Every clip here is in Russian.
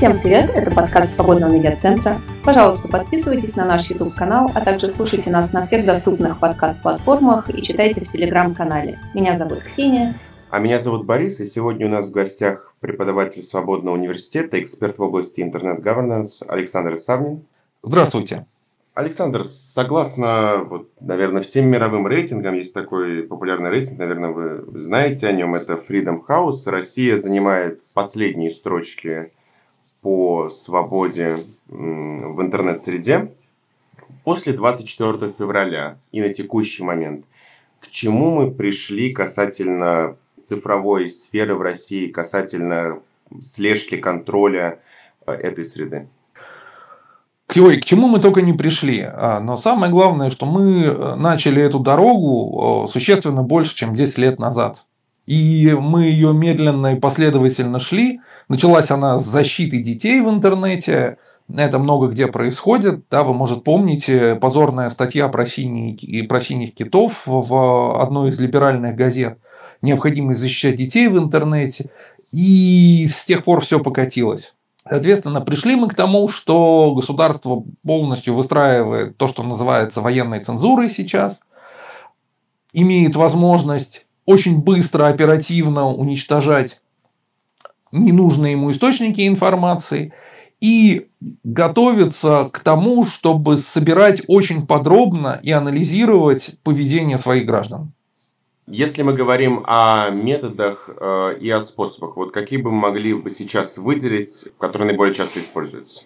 Всем привет, это подкаст Свободного медиацентра. Пожалуйста, подписывайтесь на наш YouTube-канал, а также слушайте нас на всех доступных подкаст-платформах и читайте в Telegram-канале. Меня зовут Ксения. А меня зовут Борис, и сегодня у нас в гостях преподаватель Свободного университета, эксперт в области интернет-governance Александр Савнин. Здравствуйте. Александр, согласно, наверное, всем мировым рейтингам, есть такой популярный рейтинг, наверное, вы знаете о нем, это Freedom House. Россия занимает последние строчки по свободе в интернет-среде. После 24 февраля и на текущий момент, к чему мы пришли касательно цифровой сферы в России, касательно слежки, контроля этой среды? К чему мы только не пришли. Но самое главное, что мы начали эту дорогу существенно больше, чем 10 лет назад. И мы ее медленно и последовательно шли. Началась она с защиты детей в интернете. Это много где происходит. Да, вы, может, помните, позорная статья про синих китов в одной из либеральных газет. Необходимость защищать детей в интернете. И с тех пор все покатилось. Соответственно, пришли мы к тому, что государство полностью выстраивает то, что называется военной цензурой сейчас, имеет возможность очень быстро, оперативно уничтожать ненужные ему источники информации и готовится к тому, чтобы собирать очень подробно и анализировать поведение своих граждан. Если мы говорим о методах и о способах, какие бы мы могли бы сейчас выделить, которые наиболее часто используются?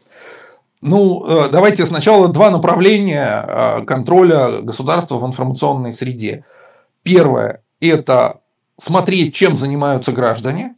Давайте сначала два направления контроля государства в информационной среде. Первое – это смотреть, чем занимаются граждане.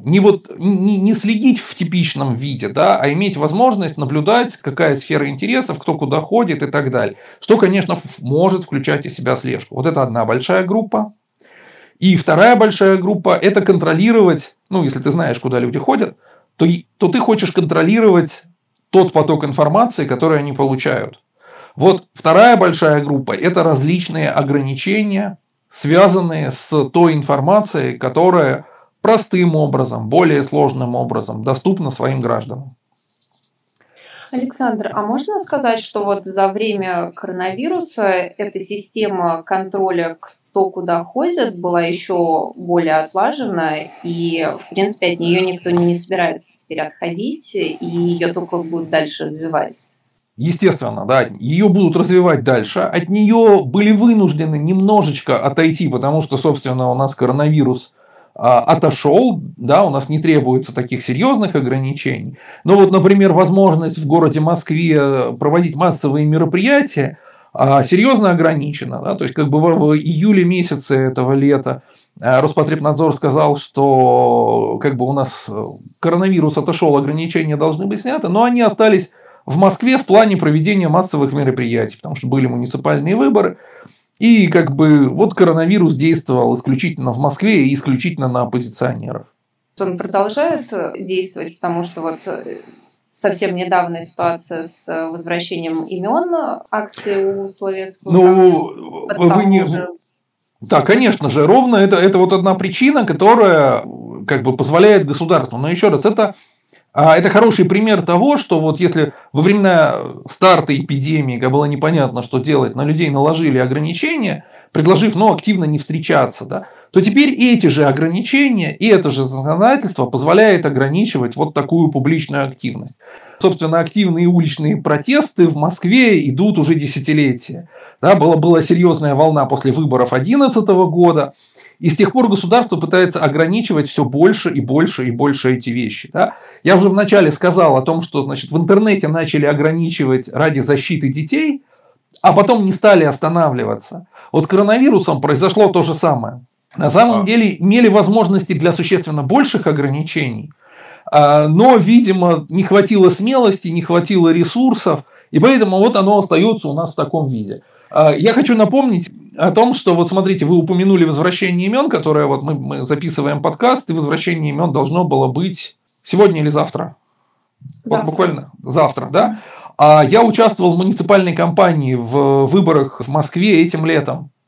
Не следить в типичном виде, да, а иметь возможность наблюдать, какая сфера интересов, кто куда ходит и так далее. Что, конечно, может включать из себя слежку. Это одна большая группа. И вторая большая группа – это контролировать, если ты знаешь, куда люди ходят, то ты хочешь контролировать тот поток информации, который они получают. Вторая большая группа – это различные ограничения, связанные с той информацией, которая простым образом, более сложным образом доступна своим гражданам. Александр, а можно сказать, что за время коронавируса эта система контроля, кто куда ходит, была еще более отлажена, и, в принципе, от нее никто не собирается теперь отходить, и ее только будут дальше развивать? Естественно, да, ее будут развивать дальше. От нее были вынуждены немножечко отойти, потому что, собственно, у нас коронавирус отошел, да, у нас не требуется таких серьезных ограничений. Но например, возможность в городе Москве проводить массовые мероприятия серьезно ограничена. Да? То есть, в июле месяце этого лета Роспотребнадзор сказал, что у нас коронавирус отошел, ограничения должны быть сняты, но они остались в Москве в плане проведения массовых мероприятий, потому что были муниципальные выборы. И коронавирус действовал исключительно в Москве и исключительно на оппозиционеров. Он продолжает действовать, потому что совсем недавняя ситуация с возвращением имен акции условия. Да, конечно же, ровно это одна причина, которая позволяет государству. Но еще раз, это хороший пример того, что если во времена старта эпидемии, когда было непонятно, что делать, на людей наложили ограничения, предложив активно не встречаться, да, то теперь эти же ограничения и это же законодательство позволяет ограничивать такую публичную активность. Собственно, активные уличные протесты в Москве идут уже десятилетия. Да, была серьезная волна после выборов 2011 года. И с тех пор государство пытается ограничивать все больше и больше и больше эти вещи. Да? Я уже вначале сказал о том, что в интернете начали ограничивать ради защиты детей, а потом не стали останавливаться. С коронавирусом произошло то же самое. На самом деле имели возможности для существенно больших ограничений, но, видимо, не хватило смелости, не хватило ресурсов, и поэтому оно остается у нас в таком виде. Я хочу напомнить о том, что смотрите, вы упомянули возвращение имен, которое мы записываем подкаст, и возвращение имен должно было быть сегодня или завтра. Буквально завтра, да? Я участвовал в муниципальной кампании в выборах в Москве этим летом.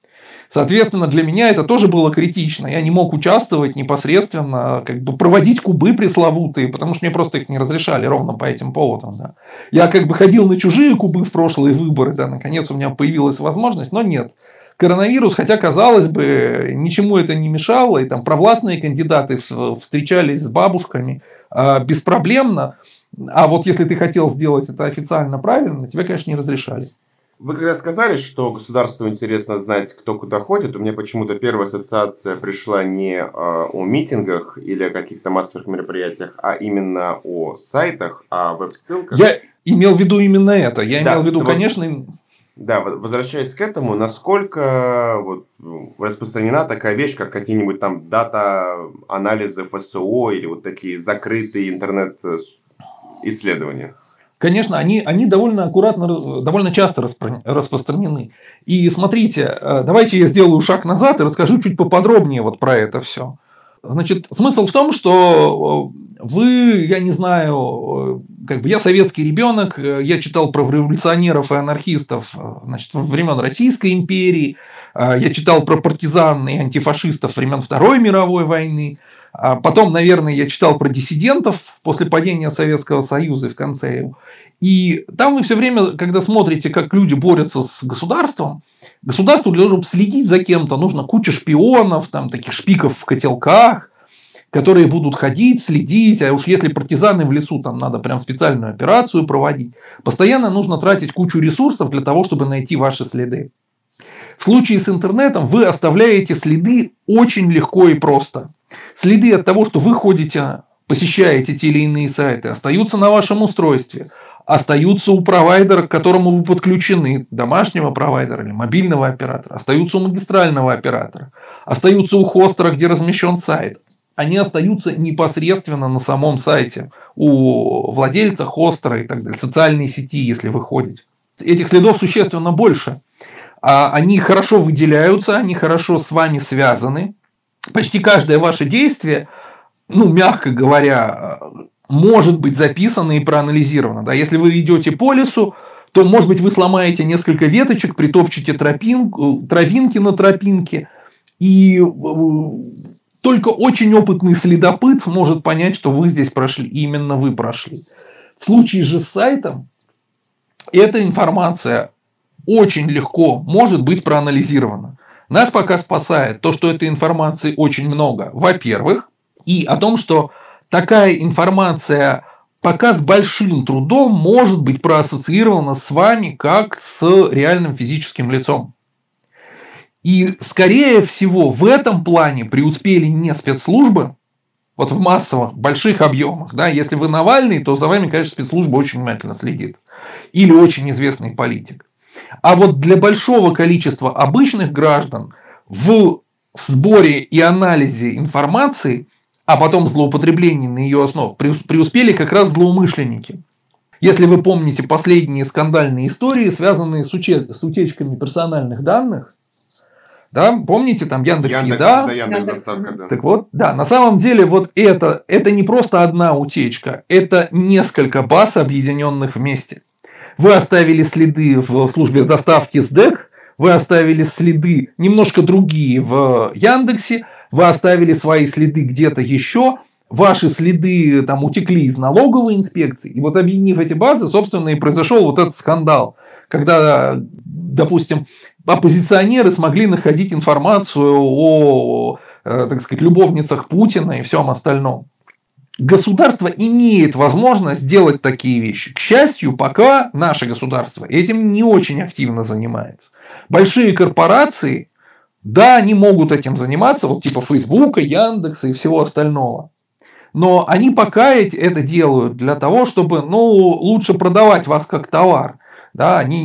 Соответственно, для меня это тоже было критично. Я не мог участвовать непосредственно, как бы проводить кубы пресловутые, потому что мне просто их не разрешали ровно по этим поводам. Да. Я как бы ходил на чужие кубы в прошлые выборы, да, наконец у меня появилась возможность, но нет. Коронавирус, хотя, казалось бы, ничему это не мешало, и там провластные кандидаты встречались с бабушками беспроблемно, а вот если ты хотел сделать это официально правильно, тебе, конечно, не разрешали. Вы когда сказали, что государству интересно знать, кто куда ходит, у меня почему-то первая ассоциация пришла не о митингах или о каких-то массовых мероприятиях, а именно о сайтах, о веб-ссылках. Я имел в виду именно это. Я имел в виду, конечно... Да, возвращаясь к этому, насколько вот распространена такая вещь, как какие-нибудь там дата-анализы ФСО или вот такие закрытые интернет-исследования? Конечно, они довольно аккуратно, довольно часто распространены. И смотрите, давайте я сделаю шаг назад и расскажу чуть поподробнее вот про это все. Значит, смысл в том, что вы, я не знаю, как бы я советский ребенок, я читал про революционеров и анархистов, значит, времен Российской империи, я читал про партизан и антифашистов времен Второй мировой войны. А потом, наверное, я читал про диссидентов после падения Советского Союза и в конце его. И там вы все время, когда смотрите, как люди борются с государством, государству для того, чтобы следить за кем-то, нужно куча шпионов, там, таких шпиков в котелках, которые будут ходить, следить. А уж если партизаны в лесу, там надо прям специальную операцию проводить. Постоянно нужно тратить кучу ресурсов для того, чтобы найти ваши следы. В случае с интернетом вы оставляете следы очень легко и просто. Следы от того, что вы ходите, посещаете те или иные сайты, остаются на вашем устройстве, остаются у провайдера, к которому вы подключены, домашнего провайдера или мобильного оператора, остаются у магистрального оператора, остаются у хостера, где размещен сайт. Они остаются непосредственно на самом сайте, у владельца хостера и так далее, социальной сети, если вы ходите. Этих следов существенно больше. Они хорошо выделяются, они хорошо с вами связаны. Почти каждое ваше действие, ну, мягко говоря, может быть записано и проанализировано. Да? Если вы идете по лесу, то, может быть, вы сломаете несколько веточек, притопчете травинки на тропинке, и только очень опытный следопыт сможет понять, что вы здесь прошли, и именно вы прошли. В случае же с сайтом эта информация очень легко может быть проанализирована. Нас пока спасает то, что этой информации очень много, во-первых, и о том, что такая информация пока с большим трудом может быть проассоциирована с вами как с реальным физическим лицом. И, скорее всего, в этом плане преуспели не спецслужбы, вот в массовых, больших объемах. Да? Если вы Навальный, то за вами, конечно, спецслужба очень внимательно следит. Или очень известный политик. А вот для большого количества обычных граждан в сборе и анализе информации, а потом злоупотреблении на ее основу, преуспели как раз злоумышленники. Если вы помните последние скандальные истории, связанные с утечками персональных данных, да, помните, там Яндекс.Еда. Яндекс.Доставка, да. Так вот, да, на самом деле вот это не просто одна утечка, это несколько баз, объединенных вместе. Вы оставили следы в службе доставки СДЭК, вы оставили следы немножко другие в Яндексе, вы оставили свои следы где-то еще, ваши следы там утекли из налоговой инспекции. И вот объединив эти базы, собственно, и произошел вот этот скандал, когда, допустим, оппозиционеры смогли находить информацию о, так сказать, любовницах Путина и всем остальном. Государство имеет возможность делать такие вещи. К счастью, пока наше государство этим не очень активно занимается. Большие корпорации, да, они могут этим заниматься, вот типа Фейсбука, Яндекса и всего остального. Но они пока это делают для того, чтобы лучше продавать вас как товар. Да, они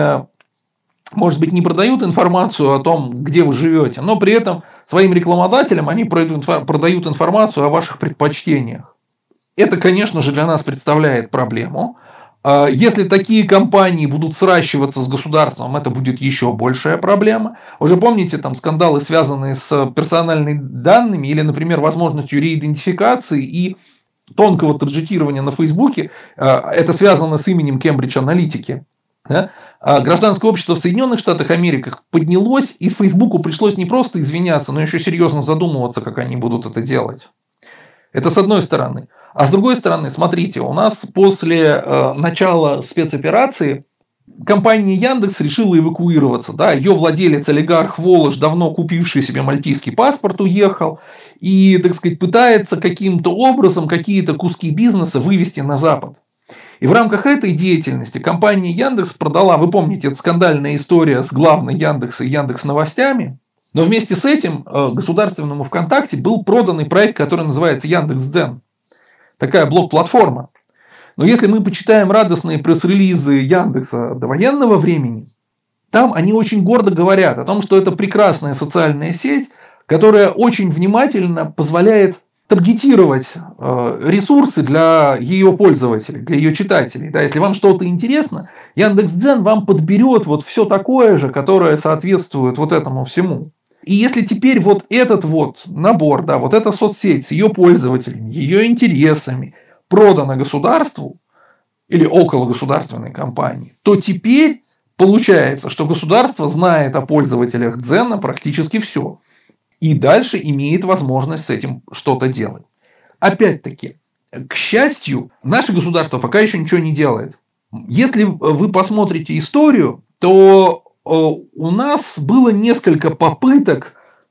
может быть, не продают информацию о том, где вы живете, но при этом своим рекламодателям они продают информацию о ваших предпочтениях. Это, конечно же, для нас представляет проблему. Если такие компании будут сращиваться с государством, это будет еще большая проблема. Уже помните там скандалы, связанные с персональными данными или, например, возможностью реидентификации и тонкого таргетирования на Фейсбуке. Это связано с именем Кембридж Аналитики. Да? А гражданское общество в Соединенных Штатах Америки поднялось, и Фейсбуку пришлось не просто извиняться, но еще серьезно задумываться, как они будут это делать. Это с одной стороны. А с другой стороны, смотрите, у нас после начала спецоперации компания Яндекс решила эвакуироваться. Да? Ее владелец, олигарх Волош, давно купивший себе мальтийский паспорт, уехал и, так сказать, пытается каким-то образом какие-то куски бизнеса вывести на Запад. И в рамках этой деятельности компания Яндекс продала, вы помните, это скандальная история с главной Яндекса и Яндекс.Новостями, но вместе с этим государственному ВКонтакте был проданный проект, который называется Яндекс.Дзен. Такая блок-платформа. Но если мы почитаем радостные пресс-релизы Яндекса до военного времени, там они очень гордо говорят о том, что это прекрасная социальная сеть, которая очень внимательно позволяет таргетировать ресурсы для ее пользователей, для ее читателей. Да, если вам что-то интересно, Яндекс.Дзен вам подберет вот все такое же, которое соответствует вот этому всему. И если теперь вот этот вот набор, да, вот эта соцсеть с ее пользователями, ее интересами продана государству или около государственной компании, то теперь получается, что государство знает о пользователях Дзена практически все. И дальше имеет возможность с этим что-то делать. Опять-таки, к счастью, наше государство пока еще ничего не делает. Если вы посмотрите историю, то у нас было несколько попыток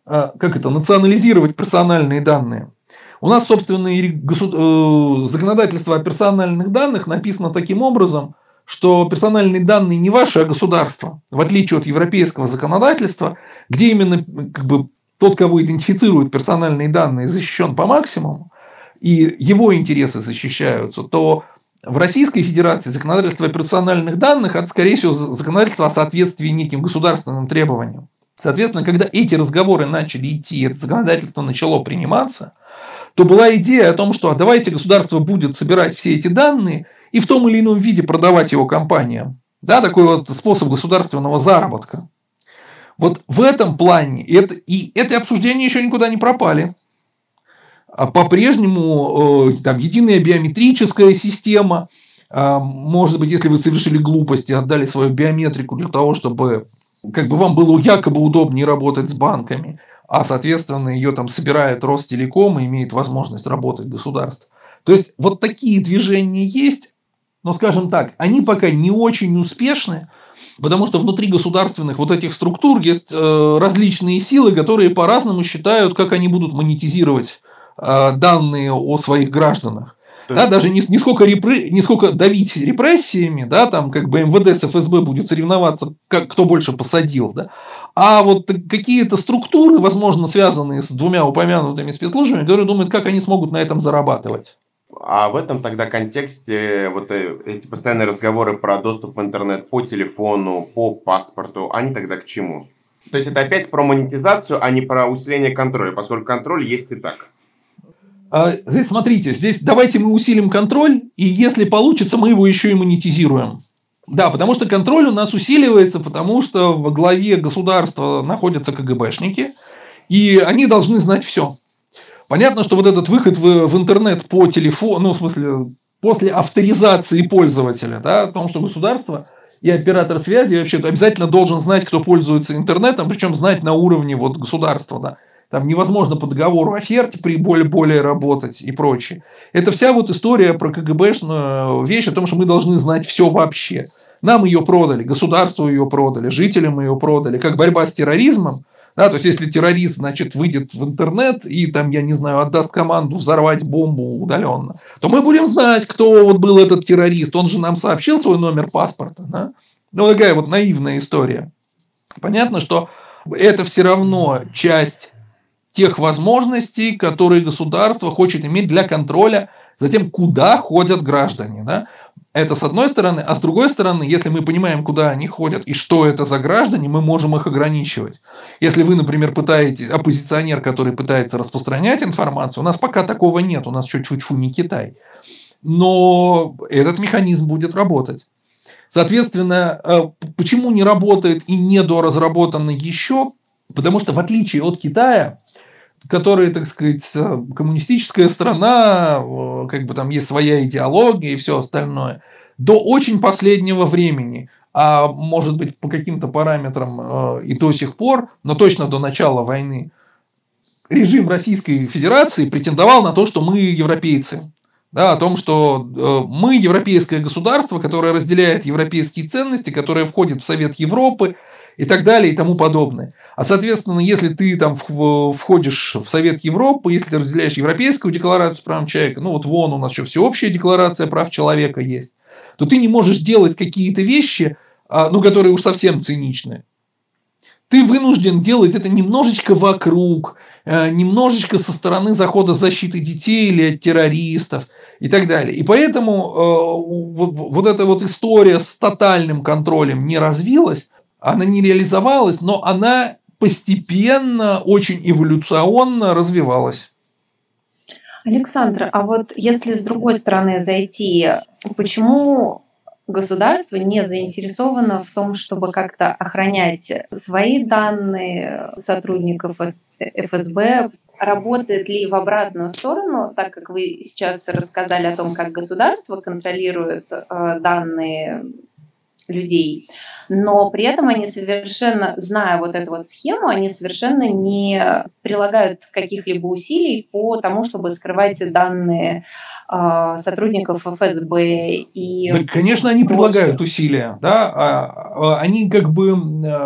национализировать персональные данные. У нас, собственно, законодательство о персональных данных написано таким образом, что персональные данные не ваши, а государства. В отличие от европейского законодательства, где именно тот, кого идентифицируют персональные данные, защищен по максимуму, и его интересы защищаются, то в Российской Федерации законодательство о персональных данных – это, скорее всего, законодательство о соответствии неким государственным требованиям. Соответственно, когда эти разговоры начали идти, это законодательство начало приниматься, то была идея о том, что давайте государство будет собирать все эти данные и в том или ином виде продавать его компаниям. Да, такой вот способ государственного заработка. Вот в этом плане это обсуждения еще никуда не пропали. По-прежнему там единая биометрическая система, может быть, если вы совершили глупости, отдали свою биометрику для того, чтобы вам было якобы удобнее работать с банками, а соответственно ее там собирает Ростелеком и имеет возможность работать государство. То есть вот такие движения есть, но, скажем так, они пока не очень успешны. Потому что внутри государственных вот этих структур есть различные силы, которые по-разному считают, как они будут монетизировать данные о своих гражданах. Да, даже не сколько давить репрессиями, да, там МВД с ФСБ будет соревноваться, кто больше посадил, да, а вот какие-то структуры, возможно, связанные с двумя упомянутыми спецслужбами, которые думают, как они смогут на этом зарабатывать. А в этом тогда контексте вот эти постоянные разговоры про доступ в интернет по телефону, по паспорту, они тогда к чему? То есть это опять про монетизацию, а не про усиление контроля, поскольку контроль есть и так. Здесь смотрите, давайте мы усилим контроль, и если получится, мы его еще и монетизируем. Да, потому что контроль у нас усиливается, потому что во главе государства находятся КГБшники, и они должны знать все. Понятно, что вот этот выход в интернет по телефону, в смысле, после авторизации пользователя, да, о том, что государство и оператор связи вообще обязательно должен знать, кто пользуется интернетом, причем знать на уровне вот государства. Да. Там невозможно по договору оферте при более работать и прочее. Это вся вот история про КГБшную вещь о том, что мы должны знать все вообще. Нам ее продали, государству ее продали, жителям ее продали, как борьба с терроризмом. Да, то есть, если террорист, значит, выйдет в интернет и там, я не знаю, отдаст команду взорвать бомбу удаленно, то мы будем знать, кто вот был этот террорист. Он же нам сообщил свой номер паспорта. Да? Ну, такая вот наивная история. Понятно, что это все равно часть тех возможностей, которые государство хочет иметь для контроля за тем, куда ходят граждане. Да? Это с одной стороны. А с другой стороны, если мы понимаем, куда они ходят и что это за граждане, мы можем их ограничивать. Если вы, например, оппозиционер, который пытается распространять информацию, у нас пока такого нет. У нас чуть-чуть не Китай. Но этот механизм будет работать. Соответственно, почему не работает и недоразработано еще? Потому что в отличие от Китая, который, так сказать, коммунистическая страна, там есть своя идеология и все остальное, до очень последнего времени а может быть по каким-то параметрам и до сих пор, но точно до начала войны, режим Российской Федерации претендовал на то, что мы европейцы. Да, о том, что мы европейское государство, которое разделяет европейские ценности, которое входит в Совет Европы и так далее и тому подобное. А соответственно, если ты там входишь в Совет Европы, если ты разделяешь Европейскую декларацию прав человека, ну вот вон у нас еще всеобщая декларация прав человека есть, то ты не можешь делать какие-то вещи, ну, которые уж совсем циничные. Ты вынужден делать это немножечко вокруг, немножечко со стороны захода защиты детей или от террористов и так далее. И поэтому вот эта вот история с тотальным контролем не развилась, она не реализовалась, но она постепенно, очень эволюционно развивалась. Александр, а вот если с другой стороны зайти, почему государство не заинтересовано в том, чтобы как-то охранять свои данные сотрудников ФСБ? Работает ли в обратную сторону, так как вы сейчас рассказали о том, как государство контролирует данные людей, но при этом они совершенно, зная вот эту вот схему, они совершенно не прилагают каких-либо усилий по тому, чтобы скрывать данные сотрудников ФСБ. И да, конечно, они прилагают усилия. Да? Они как бы,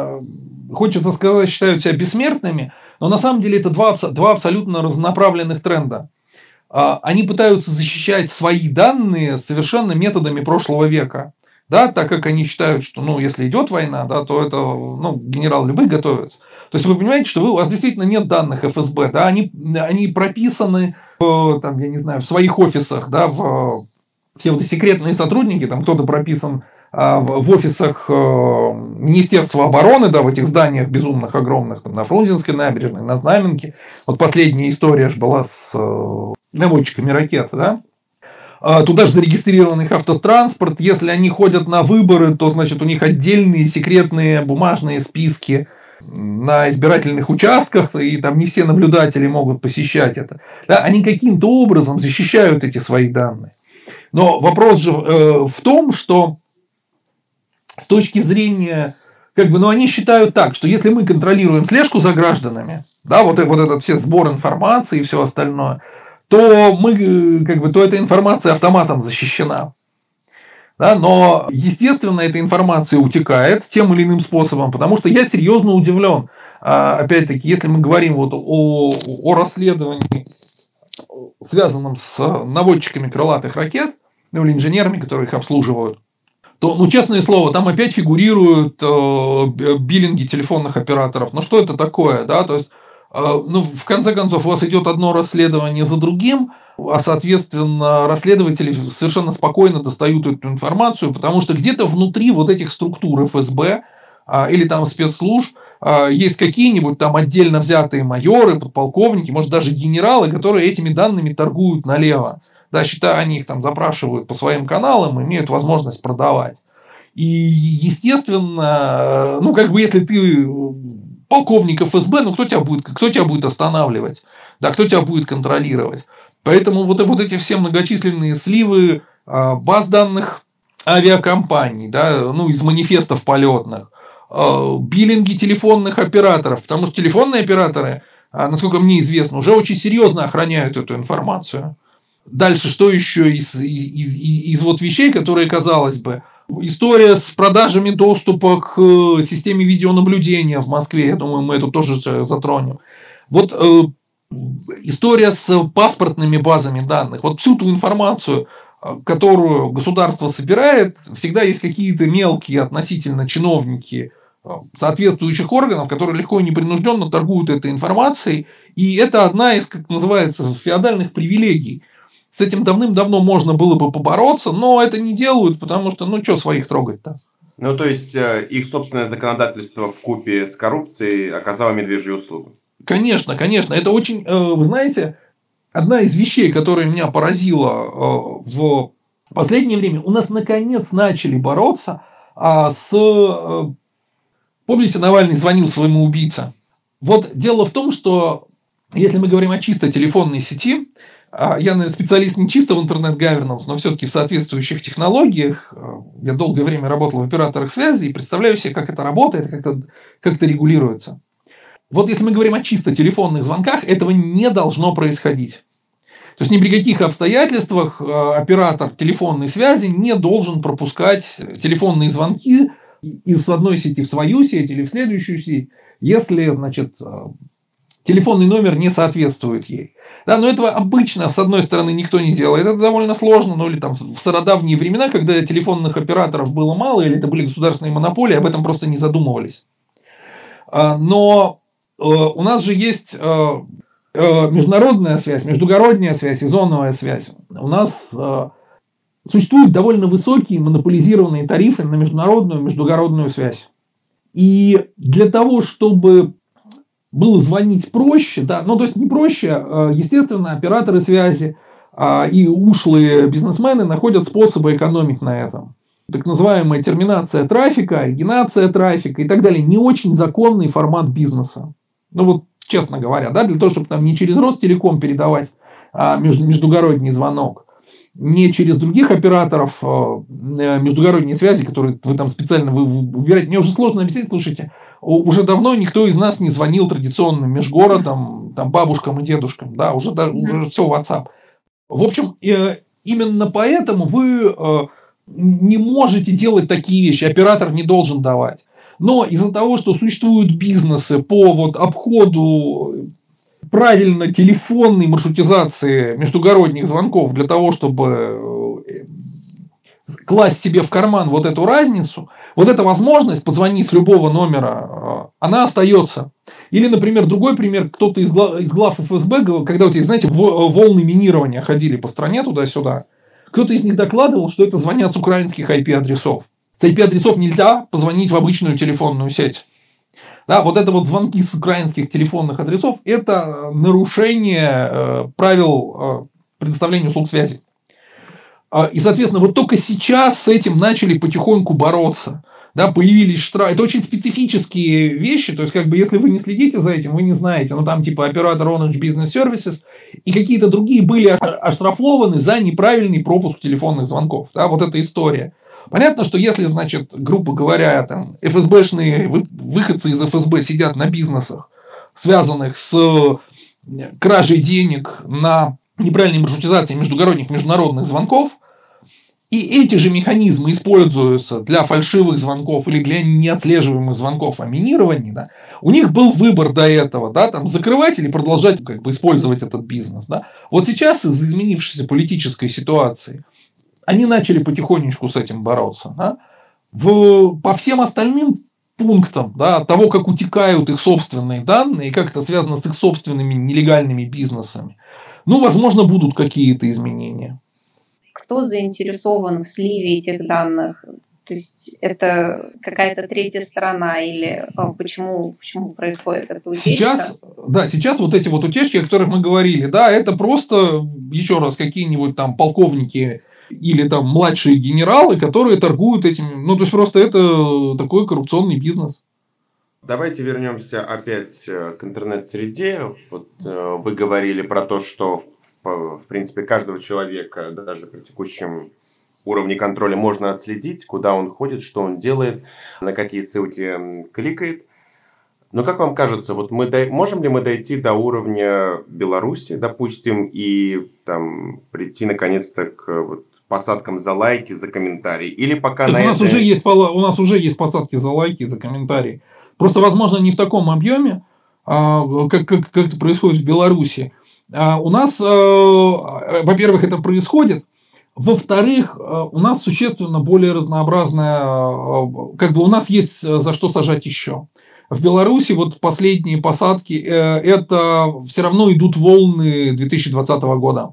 хочется сказать, считают себя бессмертными, но на самом деле это два абсолютно разнонаправленных тренда. Они пытаются защищать свои данные совершенно методами прошлого века. Да, так как они считают, что ну, если идет война, да, то это генерал любых готовится. То есть вы понимаете, что у вас действительно нет данных ФСБ, да, они прописаны там, я не знаю, в своих офисах, да, все вот секретные сотрудники, там кто-то прописан в офисах Министерства обороны, да, в этих зданиях безумных, огромных, там, на Фрунзенской набережной, на Знаменке. Вот последняя история же была с наводчиками ракет, да. Туда же зарегистрирован их автотранспорт. Если они ходят на выборы, то, значит, у них отдельные секретные бумажные списки на избирательных участках, и там не все наблюдатели могут посещать это. Да, они каким-то образом защищают эти свои данные. Но вопрос же в том, что с точки зрения, как бы, ну, они считают так, что если мы контролируем слежку за гражданами, да, вот этот все сбор информации и все остальное, то мы, как бы, то эта информация автоматом защищена. Да, но, естественно, эта информация утекает тем или иным способом, потому что я серьезно удивлен. Опять-таки, если мы говорим вот о расследовании, связанном с наводчиками крылатых ракет, ну или инженерами, которые их обслуживают, то, ну, честное слово, там опять фигурируют биллинги телефонных операторов. Ну, что это такое, да, то есть, ну, в конце концов, у вас идет одно расследование за другим, а, соответственно, расследователи совершенно спокойно достают эту информацию, потому что где-то внутри вот этих структур ФСБ или там спецслужб есть какие-нибудь там отдельно взятые майоры, подполковники, может, даже генералы, которые этими данными торгуют налево. Да, считая, они их там запрашивают по своим каналам, имеют возможность продавать. И, естественно, ну, как бы, если ты полковник ФСБ, ну, кто тебя будет останавливать? Да, кто тебя будет контролировать? Поэтому вот эти все многочисленные сливы баз данных авиакомпаний, да, ну, из манифестов полетных, биллинги телефонных операторов, потому что телефонные операторы, насколько мне известно, уже очень серьезно охраняют эту информацию. Дальше, что еще из вот вещей, которые, казалось бы, история с продажами доступа к системе видеонаблюдения в Москве, я думаю, мы эту тоже затронем. Вот история с паспортными базами данных. Вот всю ту информацию, которую государство собирает, всегда есть какие-то мелкие относительно чиновники соответствующих органов, которые легко и непринужденно торгуют этой информацией. И это одна из, как называется, феодальных привилегий. С этим давным-давно можно было бы побороться, но это не делают, потому что, ну, что своих трогать-то? Ну, то есть, их собственное законодательство вкупе с коррупцией оказало медвежью услугу. Конечно, конечно. Это очень, вы знаете, одна из вещей, которая меня поразила в последнее время, у нас наконец начали бороться с... Помните, Навальный звонил своему убийце? Вот дело в том, что если мы говорим о чисто телефонной сети, Я, наверное, специалист не чисто в интернет-гавернанс, но все-таки в соответствующих технологиях. Я долгое время работал в операторах связи и представляю себе, как это работает, как это регулируется. Вот если мы говорим о чисто телефонных звонках, этого не должно происходить. То есть ни при каких обстоятельствах оператор телефонной связи не должен пропускать телефонные звонки из одной сети в свою сеть или в следующую сеть, если, значит, телефонный номер не соответствует ей. Да, но этого обычно, с одной стороны, никто не делает. Это довольно сложно. Ну, или там в стародавние времена, когда телефонных операторов было мало, или это были государственные монополии, об этом просто не задумывались. Но у нас же есть международная связь, междугородняя связь и зоновая связь. У нас существуют довольно высокие монополизированные тарифы на международную и междугородную связь. И для того, чтобы было звонить проще, да, ну то есть не проще, естественно, операторы связи и ушлые бизнесмены находят способы экономить на этом. Так называемая терминация трафика, оригинация трафика и так далее. Не очень законный формат бизнеса. Ну вот, честно говоря, да, для того, чтобы там не через Ростелеком передавать междугородний звонок, не через других операторов междугородней связи, которые вы там специально выбираете. Мне уже сложно объяснить, слушайте, уже давно никто из нас не звонил традиционным межгородам, там, бабушкам и дедушкам, да, уже все WhatsApp. В общем, именно поэтому вы не можете делать такие вещи, оператор не должен давать. Но из-за того, что существуют бизнесы по вот обходу правильно телефонной маршрутизации междугородних звонков для того, чтобы класть себе в карман вот эту разницу, вот эта возможность позвонить с любого номера, она остается. Или, например, другой пример, кто-то из глав ФСБ, когда вот, знаете, волны минирования ходили по стране туда-сюда, кто-то из них докладывал, что это звонят с украинских IP-адресов. С IP-адресов нельзя позвонить в обычную телефонную сеть. Да, вот это вот звонки с украинских телефонных адресов – это нарушение правил предоставления услуг связи. И, соответственно, вот только сейчас с этим начали потихоньку бороться. Да, появились штрафы. Это очень специфические вещи. То есть, как бы, если вы не следите за этим, вы не знаете. Ну, там, типа, оператор Orange Business Services и какие-то другие были оштрафованы за неправильный пропуск телефонных звонков. Да, вот эта история. Понятно, что если, значит, грубо говоря, там, ФСБшные выходцы из ФСБ сидят на бизнесах, связанных с кражей денег на неправильной маршрутизации международных звонков, и эти же механизмы используются для фальшивых звонков или для неотслеживаемых звонков о минировании, да, у них был выбор до этого, да, там, закрывать или продолжать как бы, использовать этот бизнес. Да. Вот сейчас из-за изменившейся политической ситуации они начали потихонечку с этим бороться. Да. По всем остальным пунктам, да, того, как утекают их собственные данные и как это связано с их собственными нелегальными бизнесами, ну, возможно, будут какие-то изменения. Кто заинтересован в сливе этих данных? То есть это какая-то третья сторона или почему происходит эта утечка? Сейчас вот эти вот утечки, о которых мы говорили, да, это просто, еще раз, какие-нибудь там полковники или там младшие генералы, которые торгуют этим. Ну, то есть просто это такой коррупционный бизнес. Давайте вернемся опять к интернет-среде. Вот, вы говорили про то, что в принципе каждого человека даже при текущем уровне контроля можно отследить, куда он ходит, что он делает, на какие ссылки кликает. Но как вам кажется, вот можем ли мы дойти до уровня Беларуси, допустим, и там прийти наконец-то к вот, посадкам за лайки, за комментарии? Или пока у нас уже есть посадки за лайки, за комментарии. Просто, возможно, не в таком объеме, как это происходит в Беларуси. У нас, во-первых, это происходит. Во-вторых, у нас существенно более разнообразная, как бы у нас есть за что сажать еще. В Беларуси вот последние посадки, это все равно идут волны 2020 года.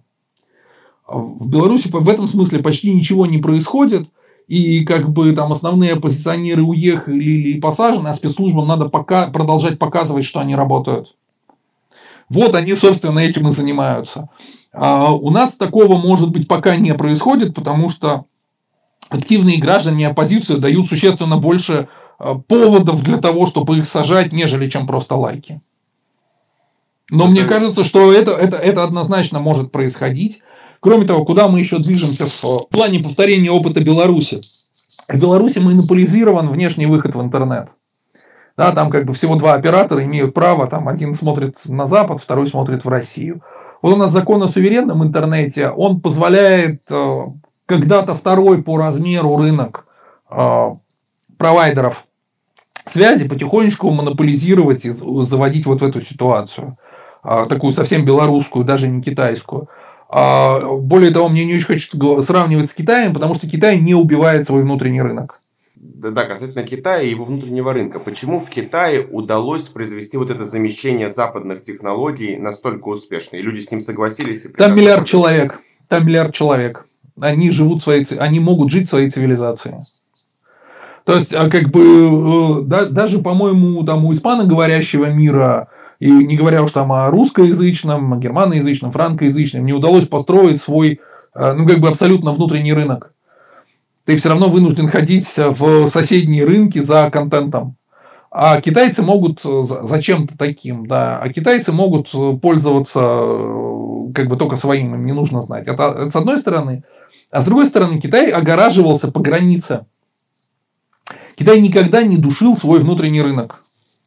В Беларуси в этом смысле почти ничего не происходит. И как бы там основные оппозиционеры уехали или посажены, а спецслужбам надо продолжать показывать, что они работают. Вот они, собственно, этим и занимаются. У нас такого, может быть, пока не происходит, потому что активные граждане и оппозицию дают существенно больше поводов для того, чтобы их сажать, нежели чем просто лайки. Но мне кажется, что это однозначно может происходить. Кроме того, куда мы еще движемся в плане повторения опыта Беларуси? В Беларуси монополизирован внешний выход в интернет. Да, там как бы всего два оператора имеют право, там один смотрит на Запад, второй смотрит в Россию. Вот у нас закон о суверенном интернете, он позволяет когда-то второй по размеру рынок провайдеров связи потихонечку монополизировать и заводить вот в эту ситуацию. Такую совсем белорусскую, даже не китайскую. Более того, мне не очень хочется сравнивать с Китаем, потому что Китай не убивает свой внутренний рынок. Да, касательно Китая и его внутреннего рынка. Почему в Китае удалось произвести вот это замещение западных технологий настолько успешно? И люди с ним согласились? Там миллиард человек. Они они могут жить своей цивилизацией. То есть, как бы, даже, по-моему, там у испаноговорящего мира, и не говоря уж там о русскоязычном, германоязычном, франкоязычном, не удалось построить свой, абсолютно внутренний рынок. Ты все равно вынужден ходить в соседние рынки за контентом. А китайцы могут зачем-то таким, да, а китайцы могут пользоваться только своим, им не нужно знать. Это с одной стороны. А с другой стороны, Китай огораживался по границе. Китай никогда не душил свой внутренний рынок.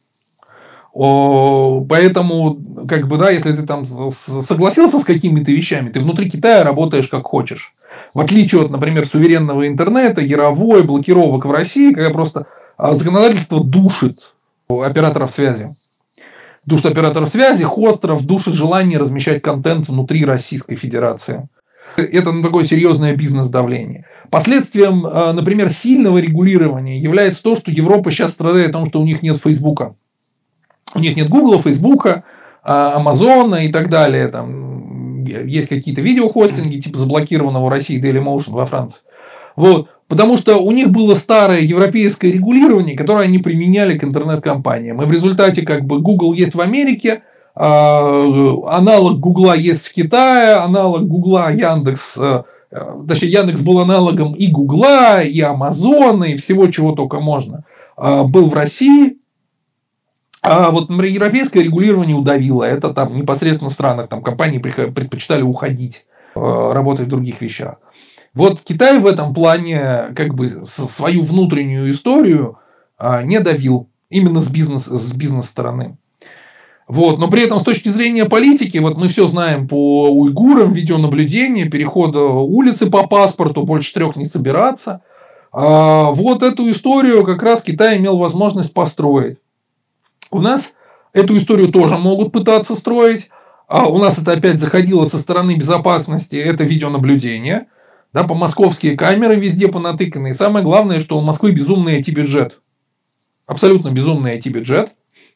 Поэтому, если ты там согласился с какими-то вещами, ты внутри Китая работаешь как хочешь. В отличие от, например, суверенного интернета, яровой, блокировок в России, когда просто законодательство душит операторов связи. Душит операторов связи, хостеров, душит желание размещать контент внутри Российской Федерации. Это такое серьезное бизнес-давление. Последствием, например, сильного регулирования является то, что Европа сейчас страдает о том, что у них нет Фейсбука. У них нет Гугла, Фейсбука, Амазона и так далее. Там есть какие-то видеохостинги, типа заблокированного в России Dailymotion во Франции. Вот. Потому что у них было старое европейское регулирование, которое они применяли к интернет-компаниям. И в результате Google есть в Америке, аналог Гугла есть в Китае, аналог Гугла Яндекс, точнее Яндекс был аналогом и Гугла, и Амазона, и всего чего только можно, был в России. А вот, например, европейское регулирование удавило. Это там непосредственно в странах там компании предпочитали уходить, работать в других вещах. Вот Китай в этом плане свою внутреннюю историю не давил именно с бизнес-стороны. Вот. Но при этом с точки зрения политики, вот мы все знаем по уйгурам, видеонаблюдение, перехода улицы по паспорту, больше 3 не собираться. Вот эту историю как раз Китай имел возможность построить. У нас эту историю тоже могут пытаться строить. У нас это опять заходило со стороны безопасности, это видеонаблюдение. Да, по московские камеры везде понатыканы. И самое главное, что у Москвы безумный IT-бюджет. Абсолютно безумный IT-бюджет.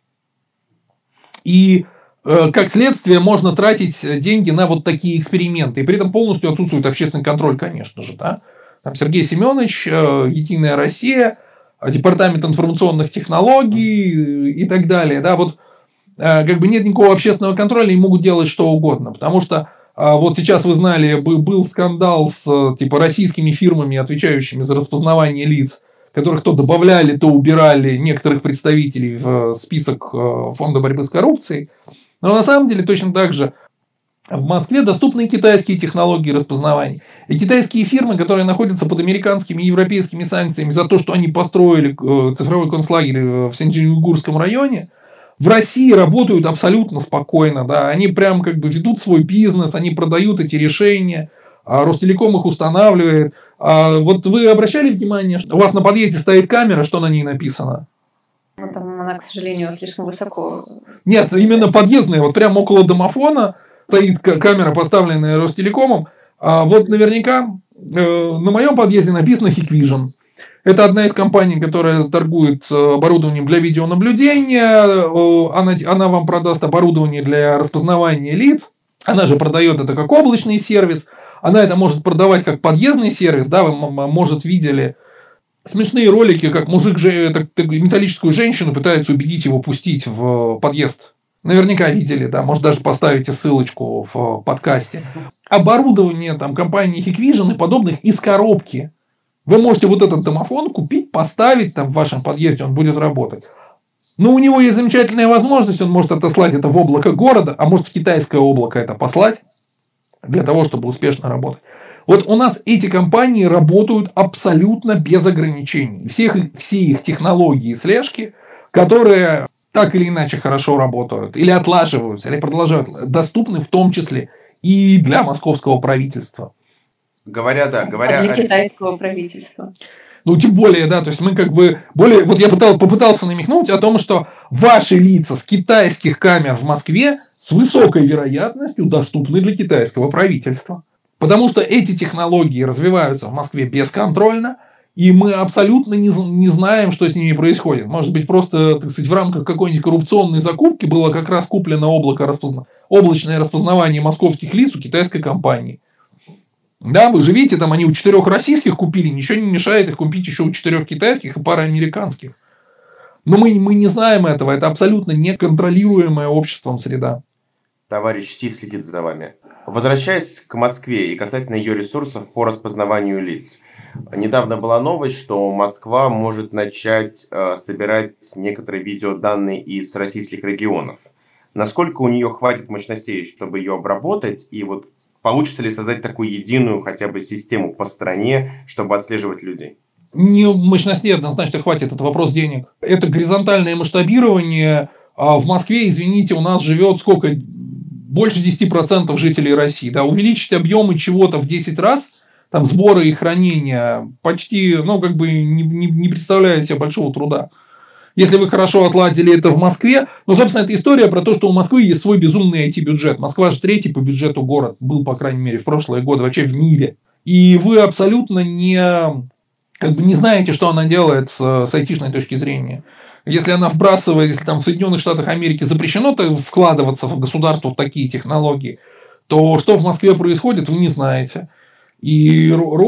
И как следствие можно тратить деньги на вот такие эксперименты. И при этом полностью отсутствует общественный контроль, конечно же. Да? Там Сергей Семенович, Единая Россия, Департамент информационных технологий и так далее. Да? Вот нет никакого общественного контроля и могут делать что угодно. Потому что вот сейчас вы знали, был скандал с российскими фирмами, отвечающими за распознавание лиц, которых то добавляли, то убирали некоторых представителей в список Фонда борьбы с коррупцией. Но на самом деле точно так же в Москве доступны китайские технологии распознавания. И китайские фирмы, которые находятся под американскими и европейскими санкциями за то, что они построили цифровой концлагерь в Синьцзянь-Уйгурском районе, в России работают абсолютно спокойно. Да? Они прям ведут свой бизнес, они продают эти решения, Ростелеком их устанавливает. Вот вы обращали внимание, что у вас на подъезде стоит камера, что на ней написано? Ну, там она, к сожалению, слишком высоко. Нет, именно подъездная. Вот прямо около домофона стоит камера, поставленная Ростелекомом. Вот наверняка на моем подъезде написано Hikvision. Это одна из компаний, которая торгует оборудованием для видеонаблюдения. Она вам продаст оборудование для распознавания лиц. Она же продает это как облачный сервис. Она это может продавать как подъездный сервис. Да, вы, может, видели смешные ролики, как мужик металлическую женщину пытается убедить его пустить в подъезд. Наверняка видели, да, может даже поставите ссылочку в подкасте. Оборудование там компании Hikvision и подобных из коробки. Вы можете вот этот домофон купить, поставить там в вашем подъезде, он будет работать. Но у него есть замечательная возможность, он может отослать это в облако города, а может в китайское облако это послать, для того, чтобы успешно работать. Вот у нас эти компании работают абсолютно без ограничений. Все их технологии слежки, которые так или иначе хорошо работают, или отлаживаются, или продолжают, доступны в том числе и для московского правительства. Говоря для китайского правительства. Ну, тем более, да, то есть мы как бы более... Вот я попытался намекнуть о том, что ваши лица с китайских камер в Москве с высокой вероятностью доступны для китайского правительства. Потому что эти технологии развиваются в Москве бесконтрольно, и мы абсолютно не знаем, что с ними происходит. Может быть, просто, так сказать, в рамках какой-нибудь коррупционной закупки было как раз куплено облачное распознавание московских лиц у китайской компании. Да, вы же видите, там они у 4 российских купили, ничего не мешает их купить еще у 4 китайских и пары американских. Но мы не знаем этого, это абсолютно неконтролируемая обществом среда. Товарищ Си следит за вами. Возвращаясь к Москве и касательно ее ресурсов по распознаванию лиц. Недавно была новость, что Москва может начать собирать некоторые видеоданные из российских регионов. Насколько у нее хватит мощностей, чтобы ее обработать, и вот получится ли создать такую единую хотя бы систему по стране, чтобы отслеживать людей? Не мощностей однозначно хватит, это вопрос денег. Это горизонтальное масштабирование. В Москве, извините, у нас живет сколько? Больше 10% жителей России. Да? Увеличить объемы чего-то в 10 раз, там сборы и хранения, почти, не представляет себе большого труда. Если вы хорошо отладили это в Москве, собственно, это история про то, что у Москвы есть свой безумный IT-бюджет. Москва же 3-й по бюджету город был, по крайней мере, в прошлые годы вообще в мире. И вы абсолютно не знаете, что она делает с айтишной точки зрения. Если она вбрасывает, если там в Соединенных Штатах Америки запрещено вкладываться в государство в такие технологии, то что в Москве происходит, вы не знаете. И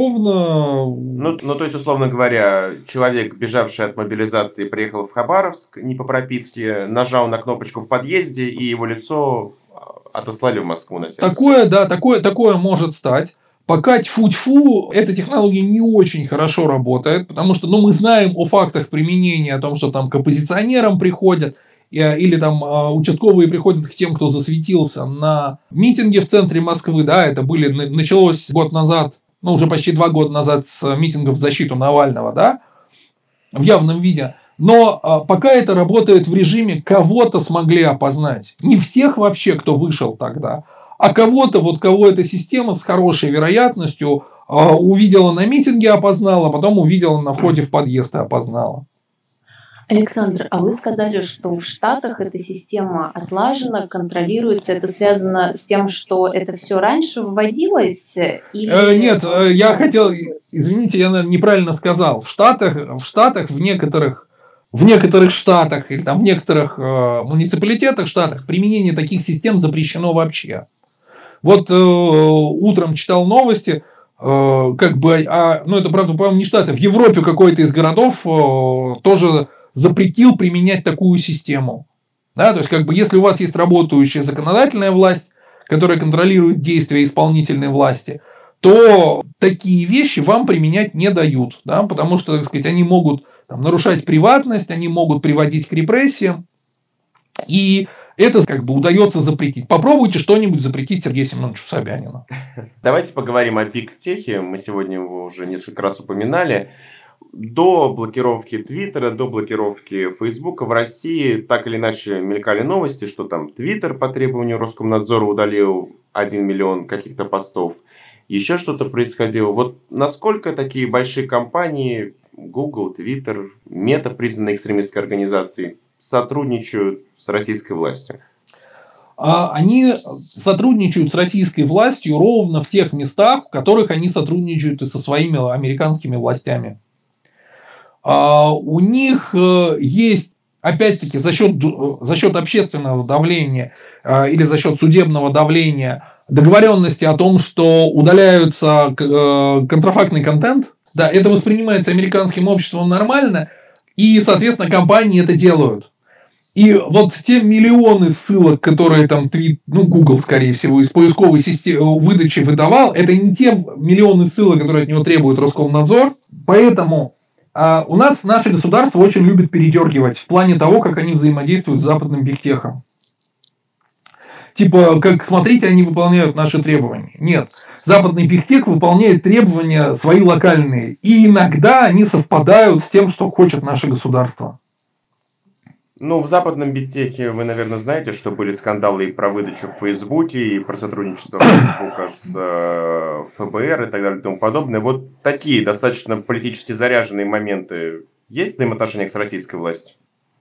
ровно... То есть, условно говоря, человек, бежавший от мобилизации, приехал в Хабаровск не по прописке, нажал на кнопочку в подъезде, и его лицо отослали в Москву на сервис. Такое может стать. Пока тьфу-тьфу, эта технология не очень хорошо работает, потому что мы знаем о фактах применения, о том, что там к оппозиционерам приходят, или там участковые приходят к тем, кто засветился на митинге в центре Москвы, да, это началось год назад, уже почти 2 года назад с митингов в защиту Навального, да, в явном виде. Но пока это работает в режиме кого-то смогли опознать. Не всех вообще, кто вышел тогда, а кого-то, кого эта система с хорошей вероятностью увидела на митинге, опознала, потом увидела на входе в подъезд и опознала. Александр, а вы сказали, что в Штатах эта система отлажена, контролируется. Это связано с тем, что это все раньше вводилось? Или... Нет, я хотел... Извините, я, наверное, неправильно сказал. В Штатах, в некоторых штатах или там в некоторых муниципалитетах, штатах применение таких систем запрещено вообще. Вот утром читал новости, это правда, по-моему, не Штаты, в Европе какой-то из городов тоже запретил применять такую систему. Да, то есть, если у вас есть работающая законодательная власть, которая контролирует действия исполнительной власти, то такие вещи вам применять не дают, да, потому что, так сказать, они могут нарушать приватность, они могут приводить к репрессиям, и это удается запретить. Попробуйте что-нибудь запретить Сергею Семеновичу Собянину. Давайте поговорим о биг-техе. Мы сегодня его уже несколько раз упоминали. До блокировки Твиттера, до блокировки Фейсбука в России так или иначе мелькали новости, что там Твиттер по требованию Роскомнадзора удалил 1 миллион каких-то постов. Еще что-то происходило. Вот насколько такие большие компании, Google, Twitter, Meta, признанные экстремистской организацией, сотрудничают с российской властью? Они сотрудничают с российской властью ровно в тех местах, в которых они сотрудничают и со своими американскими властями. У них есть, опять-таки, за счет общественного давления или за счет судебного давления договоренности о том, что удаляются контрафактный контент. Да, это воспринимается американским обществом нормально, и, соответственно, компании это делают. И вот те миллионы ссылок, которые там Google, скорее всего, из поисковой системы выдачи выдавал, это не те миллионы ссылок, которые от него требует Роскомнадзор. Поэтому У нас наше государство очень любит передергивать в плане того, как они взаимодействуют с западным бигтехом. Типа, как смотрите, они выполняют наши требования. Нет. Западный бигтех выполняет требования свои локальные. И иногда они совпадают с тем, что хочет наше государство. Ну, в западном бигтехе вы, наверное, знаете, что были скандалы и про выдачу в Фейсбуке, и про сотрудничество Фейсбука с ФБР и так далее и тому подобное. Вот такие достаточно политически заряженные моменты есть в взаимоотношениях с российской властью?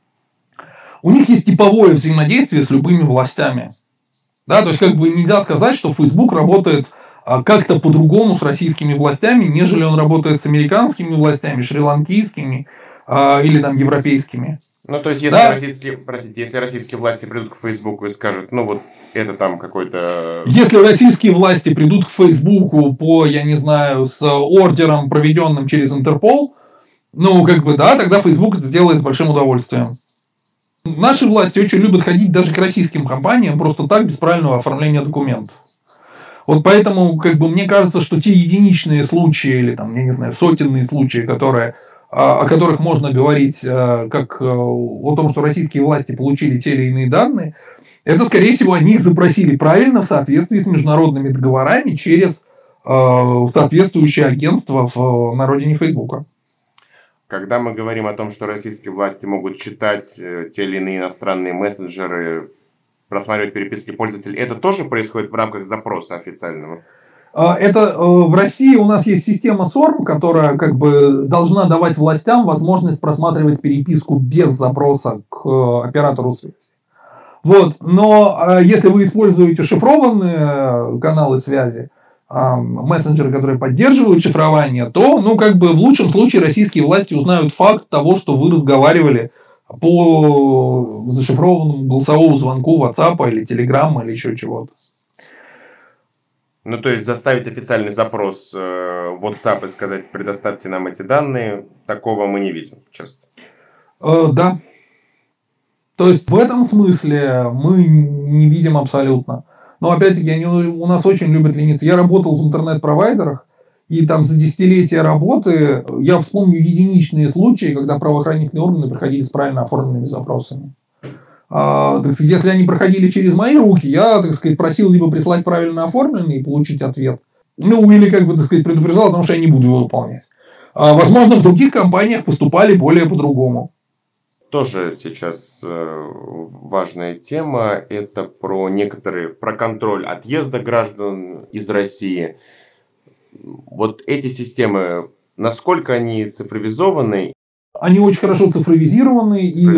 У них есть типовое взаимодействие с любыми властями. Да, то есть, как бы нельзя сказать, что Facebook работает как-то по-другому с российскими властями, нежели он работает с американскими властями, шри-ланкийскими или там европейскими. Ну, то есть, если если российские власти придут к Фейсбуку и скажут, ну, вот это там какой-то... Если российские власти придут к Фейсбуку по, я не знаю, с ордером, проведенным через Интерпол, ну, как бы, да, тогда Facebook это сделает с большим удовольствием. Наши власти очень любят ходить даже к российским компаниям просто так, без правильного оформления документов. Вот поэтому, как бы, мне кажется, что те единичные случаи, или там, я не знаю, сотенные случаи, о которых можно говорить как о том, что российские власти получили те или иные данные, это, скорее всего, они их запросили правильно в соответствии с международными договорами через соответствующее агентство на родине Фейсбука. Когда мы говорим о том, что российские власти могут читать те или иные иностранные мессенджеры, просматривать переписки пользователей, это тоже происходит в рамках запроса официального? Это в России у нас есть система SORM, которая как бы должна давать властям возможность просматривать переписку без запроса к оператору связи. Вот. Но если вы используете шифрованные каналы связи, мессенджеры, которые поддерживают шифрование, то, ну, как бы в лучшем случае российские власти узнают факт того, что вы разговаривали по зашифрованному голосовому звонку WhatsApp или Telegram или еще чего-то. Ну, то есть, заставить официальный запрос в WhatsApp и сказать, предоставьте нам эти данные, такого мы не видим часто. Да. То есть, в этом смысле мы не видим абсолютно. Но, опять-таки, у нас очень любят лениться. Я работал в интернет-провайдерах, и там за десятилетия работы я вспомню единичные случаи, когда правоохранительные органы приходили с правильно оформленными запросами. Так сказать, если они проходили через мои руки, я, так сказать, просил либо прислать правильно оформленный и получить ответ, ну, или, как бы, так сказать, предупреждал о том, что я не буду его выполнять. Возможно, в других компаниях поступали более по-другому. Тоже сейчас важная тема. Это про контроль отъезда граждан из России. Вот эти системы, насколько они цифровизованы? Они очень хорошо цифровизированы. И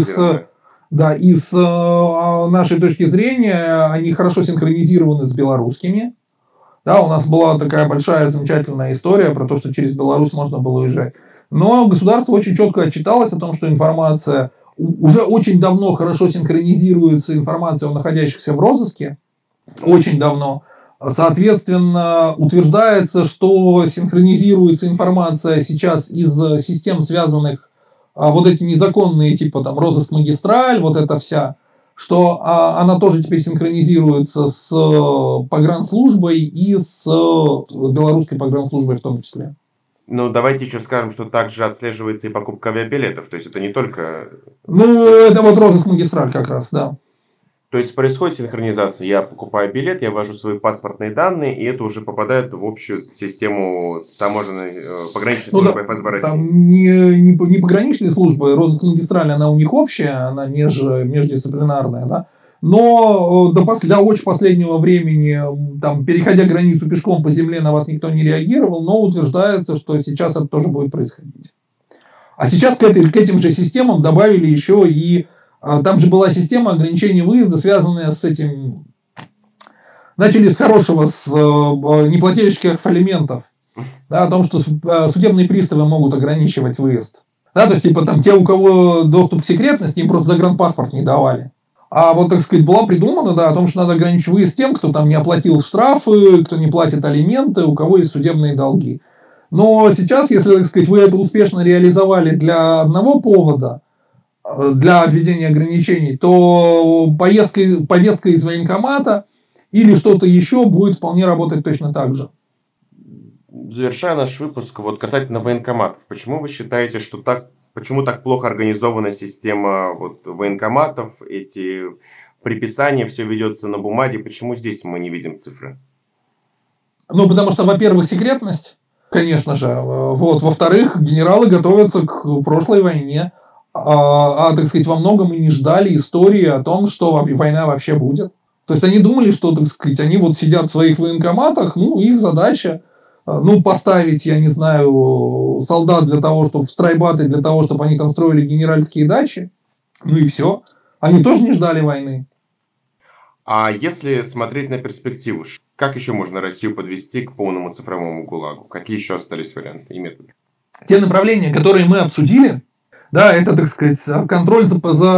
с нашей точки зрения они хорошо синхронизированы с белорусскими. Да, у нас была такая большая замечательная история про то, что через Беларусь можно было уезжать. Но государство очень четко отчиталось о том, что информация уже очень давно хорошо синхронизируется, информация о находящихся в розыске. Очень давно. Соответственно, утверждается, что синхронизируется информация сейчас из систем, связанных вот эти незаконные, типа там розыск магистраль, вот эта вся, что она тоже теперь синхронизируется с погранслужбой и с белорусской погранслужбой в том числе. Ну, давайте еще скажем, что также отслеживается и покупка авиабилетов. То есть, это не только... Ну, это вот розыск магистраль как раз, да. То есть, происходит синхронизация. Я покупаю билет, я ввожу свои паспортные данные, и это уже попадает в общую систему таможенной пограничной службы ФСБ России. Там не пограничные службы, розыск магистрали, она у них общая, она междисциплинарная, да. Но до очень последнего времени, там, переходя границу пешком по земле, на вас никто не реагировал, но утверждается, что сейчас это тоже будет происходить. А сейчас к этим же системам добавили еще и... Там же была система ограничения выезда, связанная с этим... Начали с хорошего, с неплательщиков алиментов. Да, о том, что судебные приставы могут ограничивать выезд. Да, то есть, типа, там, те, у кого доступ к секретности, им просто загранпаспорт не давали. А вот, так сказать, была придумана, да, о том, что надо ограничить выезд тем, кто там не оплатил штрафы, кто не платит алименты, у кого есть судебные долги. Но сейчас, если, так сказать, вы это успешно реализовали для одного повода, для введения ограничений, то повестка из военкомата или что-то еще будет вполне работать точно так же. Завершая наш выпуск, вот касательно военкоматов, почему вы считаете, что почему так плохо организована система вот военкоматов, эти приписания, все ведется на бумаге, почему здесь мы не видим цифры? Ну, потому что, во-первых, секретность, конечно же. Вот. Во-вторых, генералы готовятся к прошлой войне. Так сказать, во многом и не ждали истории о том, что война вообще будет. То есть, они думали, что, так сказать, они вот сидят в своих военкоматах, ну, их задача, поставить, я не знаю, солдат для того, чтобы в страйбаты, для того, чтобы они там строили генеральские дачи, ну и все. Они тоже не ждали войны. А если смотреть на перспективу, как еще можно Россию подвести к полному цифровому ГУЛАГу? Какие еще остались варианты и методы? Те направления, которые мы обсудили, да, это, так сказать, контроль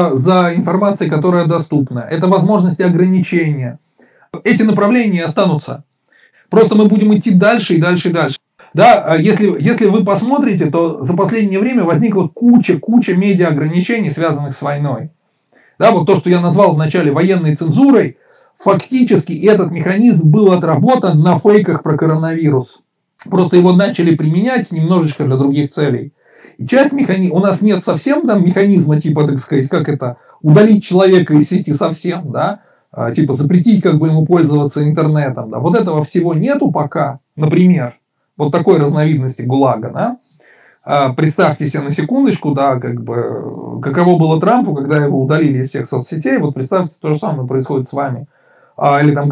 за информацией, которая доступна. Это возможности ограничения. Эти направления останутся. Просто мы будем идти дальше и дальше и дальше. Да, если вы посмотрите, то за последнее время возникла куча медиа-ограничений, связанных с войной. Да, вот то, что я назвал вначале военной цензурой, фактически этот механизм был отработан на фейках про коронавирус. Просто его начали применять немножечко для других целей. И часть механизма, у нас нет совсем там механизма, типа, так сказать, как это, удалить человека из сети совсем, да, типа запретить как бы ему пользоваться интернетом. Да. Вот этого всего нету пока, например, вот такой разновидности ГУЛАГа, да. Представьте себе на секундочку, да, как бы, каково было Трампу, когда его удалили из всех соцсетей, вот представьте, то же самое происходит с вами. Или там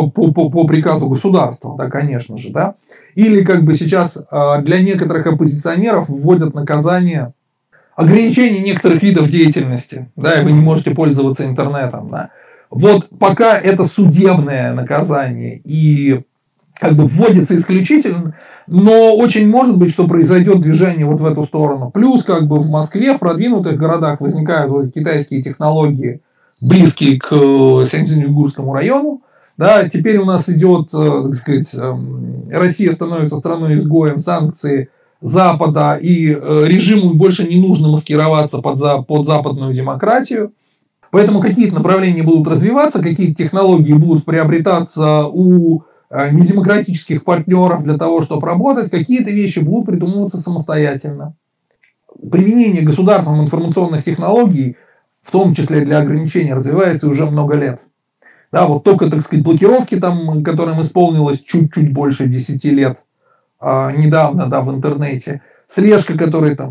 по приказу государства, да, конечно же, да. Или как бы сейчас для некоторых оппозиционеров вводят наказание ограничение некоторых видов деятельности, да, и вы не можете пользоваться интернетом, да. Вот пока это судебное наказание и как бы вводится исключительно, но очень может быть, что произойдет движение вот в эту сторону. Плюс как бы в Москве, в продвинутых городах возникают вот китайские технологии, близкие к Сяньцзинь-Уйгурскому району. Да, теперь у нас идет, так сказать, Россия становится страной-изгоем, санкции Запада, и режиму больше не нужно маскироваться под западную демократию. Поэтому какие-то направления будут развиваться, какие-то технологии будут приобретаться у недемократических партнеров для того, чтобы работать, какие-то вещи будут придумываться самостоятельно. Применение государственных информационных технологий, в том числе для ограничения, развивается уже много лет. Да, вот только, так сказать, блокировки, там, которым исполнилось чуть-чуть больше 10 лет недавно, да, в интернете, слежка, которая там,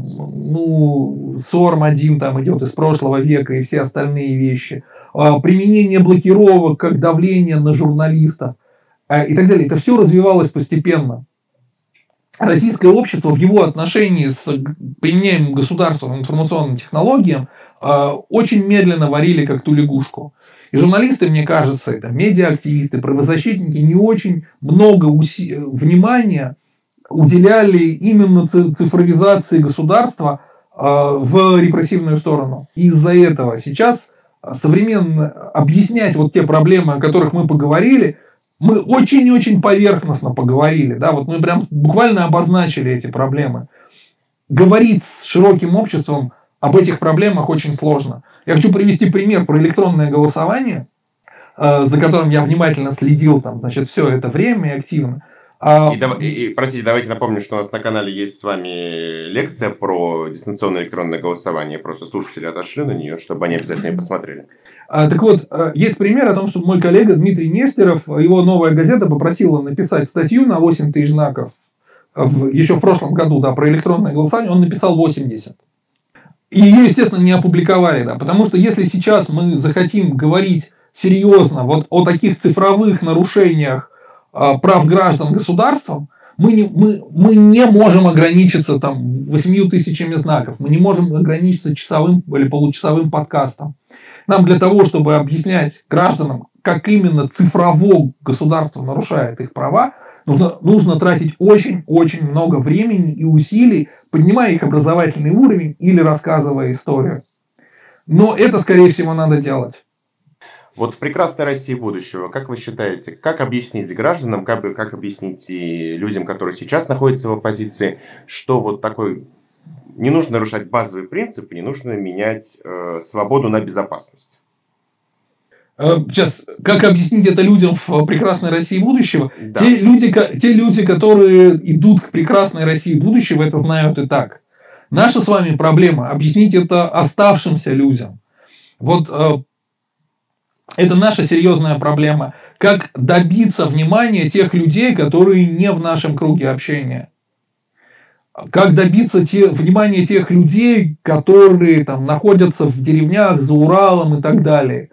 СОРМ-1 там идет из прошлого века и все остальные вещи, применение блокировок как давление на журналистов и так далее. Это все развивалось постепенно. Российское общество в его отношении с применяемым государственным информационным технологиям очень медленно варили как ту лягушку. И журналисты, мне кажется, это медиа-активисты, правозащитники не очень много внимания уделяли именно цифровизации государства в репрессивную сторону. И из-за этого сейчас современно объяснять вот те проблемы, о которых мы поговорили, мы очень-очень поверхностно поговорили. Да? Вот мы прям буквально обозначили эти проблемы. Говорить с широким обществом об этих проблемах очень сложно. Я хочу привести пример про электронное голосование, за которым я внимательно следил там, значит, все это время и активно. Простите, давайте напомню, что у нас на канале есть с вами лекция про дистанционное электронное голосование. Просто слушатели отошли на нее, чтобы они обязательно ее посмотрели. Так вот, есть пример о том, что мой коллега Дмитрий Нестеров, его «Новая газета» попросила написать статью на 8 тысяч знаков еще в прошлом году, да, про электронное голосование. Он написал 80. И ее, естественно, не опубликовали, да, потому что если сейчас мы захотим говорить серьезно вот о таких цифровых нарушениях прав граждан государством, мы не можем ограничиться там 8 тысячами знаков, мы не можем ограничиться часовым или получасовым подкастом. Нам для того, чтобы объяснять гражданам, как именно цифрово государство нарушает их права, нужно тратить очень-очень много времени и усилий, поднимая их образовательный уровень или рассказывая историю. Но это, скорее всего, надо делать. Вот в прекрасной России будущего, как вы считаете, как объяснить гражданам, как объяснить и людям, которые сейчас находятся в оппозиции, что вот такой... Не нужно нарушать базовые принципы, не нужно менять свободу на безопасность? Сейчас, как объяснить это людям в прекрасной России будущего? Да. Те люди, которые идут к прекрасной России будущего, это знают и так. Наша с вами проблема – объяснить это оставшимся людям. Вот это наша серьезная проблема. Как добиться внимания тех людей, которые не в нашем круге общения? Как добиться внимания тех людей, которые там находятся в деревнях, за Уралом и так далее?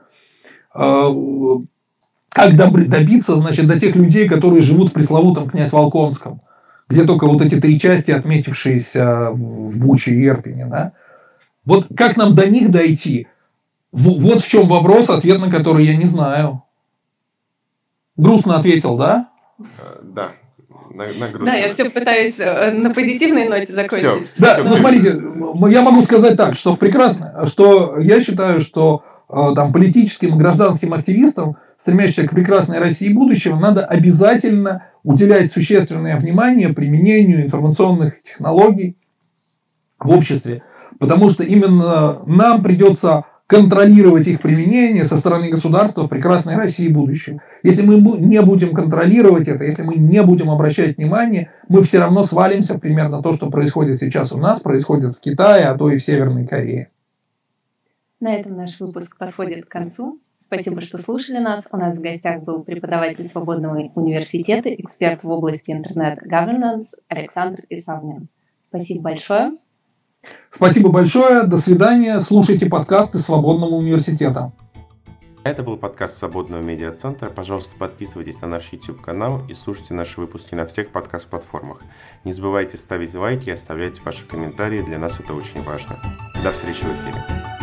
Как добиться, значит, до тех людей, которые живут в пресловутом Князь-Волконском, где только вот эти 3 части, отметившиеся в Буче и Ирпене, да? Вот как нам до них дойти? Вот в чем вопрос, ответ на который я не знаю. Грустно ответил, да? Да. На грустно. Да, я все пытаюсь на позитивной ноте закончить. Да, ну смотрите, я могу сказать так, что что я считаю, что там политическим и гражданским активистам, стремящимся к прекрасной России будущего, надо обязательно уделять существенное внимание применению информационных технологий в обществе, потому что именно нам придется контролировать их применение со стороны государства в прекрасной России будущего. Если мы не будем контролировать это, если мы не будем обращать внимание, мы все равно свалимся примерно то, что происходит сейчас у нас, происходит в Китае, а то и в Северной Корее. На этом наш выпуск подходит к концу. Спасибо, что слушали нас. У нас в гостях был преподаватель Свободного университета, эксперт в области интернет-governance Александр Исавнин. Спасибо большое. Спасибо большое. До свидания. Слушайте подкасты Свободного университета. Это был подкаст Свободного медиацентра. Пожалуйста, подписывайтесь на наш YouTube-канал и слушайте наши выпуски на всех подкаст-платформах. Не забывайте ставить лайки и оставлять ваши комментарии. Для нас это очень важно. До встречи в эфире.